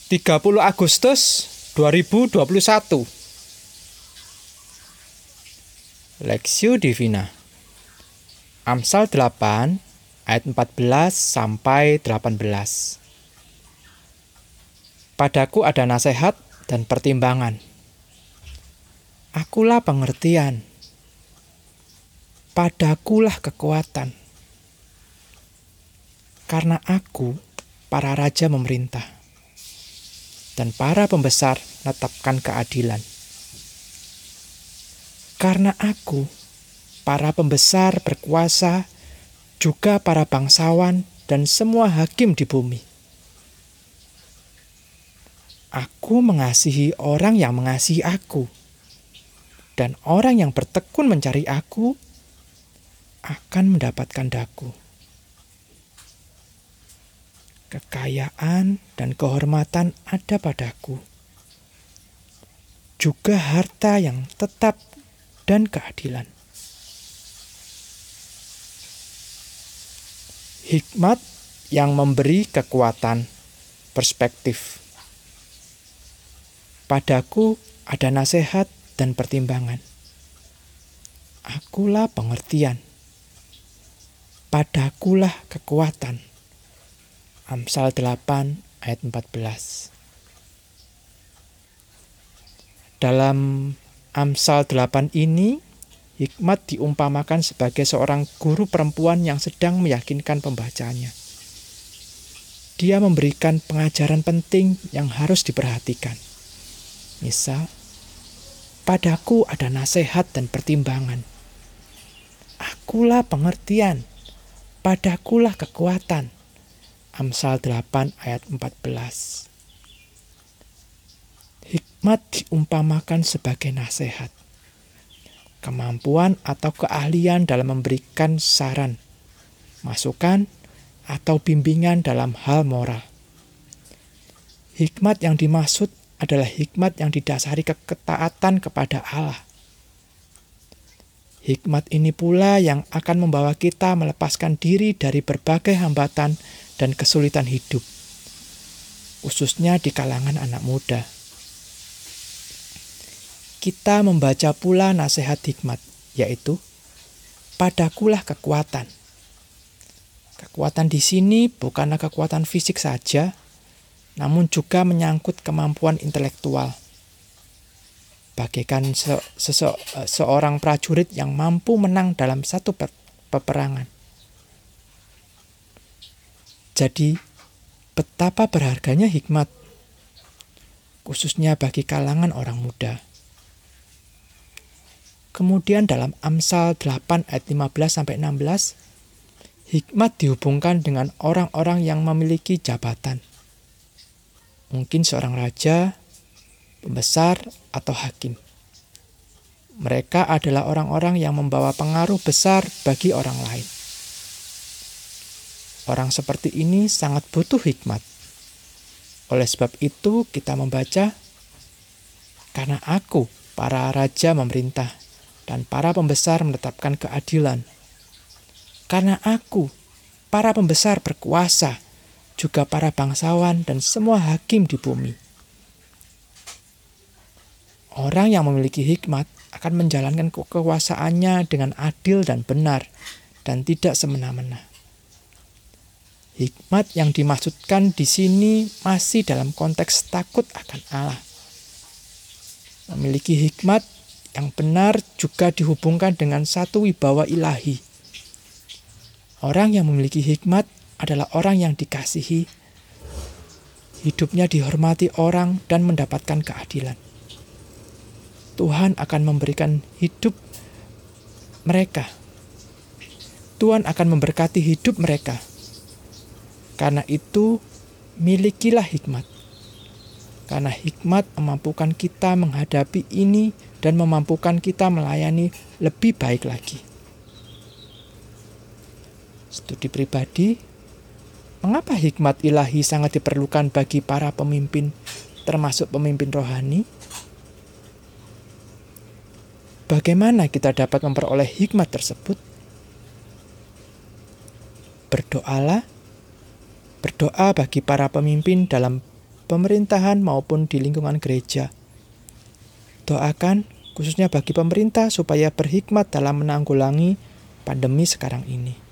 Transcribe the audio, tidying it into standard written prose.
30 Agustus 2021. Lexio Divina. Amsal 8 ayat 14 sampai 18. Padaku ada nasihat dan pertimbangan. Akulah pengertian. Padakulah kekuatan. Karena aku, para raja memerintah, dan para pembesar menetapkan keadilan. Karena aku, para pembesar berkuasa, juga para bangsawan dan semua hakim di bumi. Aku mengasihi orang yang mengasihi aku, dan orang yang bertekun mencari aku akan mendapatkan daku. Kekayaan dan kehormatan ada padaku, juga harta yang tetap dan keadilan. Hikmat yang memberi kekuatan, perspektif. Padaku ada nasihat dan pertimbangan. Akulah pengertian. Padakulah kekuatan. Amsal 8 ayat 14. Dalam Amsal 8 ini, hikmat diumpamakan sebagai seorang guru perempuan yang sedang meyakinkan pembacanya. Dia memberikan pengajaran penting yang harus diperhatikan. Misal, padaku ada nasihat dan pertimbangan. Akulah pengertian. Padakulah kekuatan. Amsal 8 ayat 14. Hikmat diumpamakan sebagai nasihat. Kemampuan atau keahlian dalam memberikan saran, masukan, atau bimbingan dalam hal moral. Hikmat yang dimaksud adalah hikmat yang didasari ketaatan kepada Allah. Hikmat ini pula yang akan membawa kita melepaskan diri dari berbagai hambatan dan kesulitan hidup, khususnya di kalangan anak muda. Kita membaca pula nasihat hikmat, yaitu padakulah kekuatan. Kekuatan di sini bukanlah kekuatan fisik saja, namun juga menyangkut kemampuan intelektual. Bagaikan seorang prajurit yang mampu menang dalam satu peperangan. Jadi, betapa berharganya hikmat, khususnya bagi kalangan orang muda. Kemudian dalam Amsal 8 ayat 15-16, hikmat dihubungkan dengan orang-orang yang memiliki jabatan. Mungkin seorang raja, pembesar, atau hakim. Mereka adalah orang-orang yang membawa pengaruh besar bagi orang lain. Orang seperti ini sangat butuh hikmat. Oleh sebab itu kita membaca, karena aku, para raja memerintah, dan para pembesar menetapkan keadilan. Karena aku, para pembesar berkuasa, juga para bangsawan dan semua hakim di bumi. Orang yang memiliki hikmat akan menjalankan kekuasaannya dengan adil dan benar, dan tidak semena-mena. Hikmat yang dimaksudkan di sini masih dalam konteks takut akan Allah. Memiliki hikmat yang benar juga dihubungkan dengan satu wibawa ilahi. Orang yang memiliki hikmat adalah orang yang dikasihi, hidupnya dihormati orang dan mendapatkan keadilan. Tuhan akan memberikan hidup mereka. Tuhan akan memberkati hidup mereka. Karena itu, milikilah hikmat. Karena hikmat memampukan kita menghadapi ini dan memampukan kita melayani lebih baik lagi. Studi pribadi, mengapa hikmat ilahi sangat diperlukan bagi para pemimpin, termasuk pemimpin rohani? Bagaimana kita dapat memperoleh hikmat tersebut? Berdoa bagi para pemimpin dalam pemerintahan maupun di lingkungan gereja. Doakan khususnya bagi pemerintah supaya berhikmat dalam menanggulangi pandemi sekarang ini.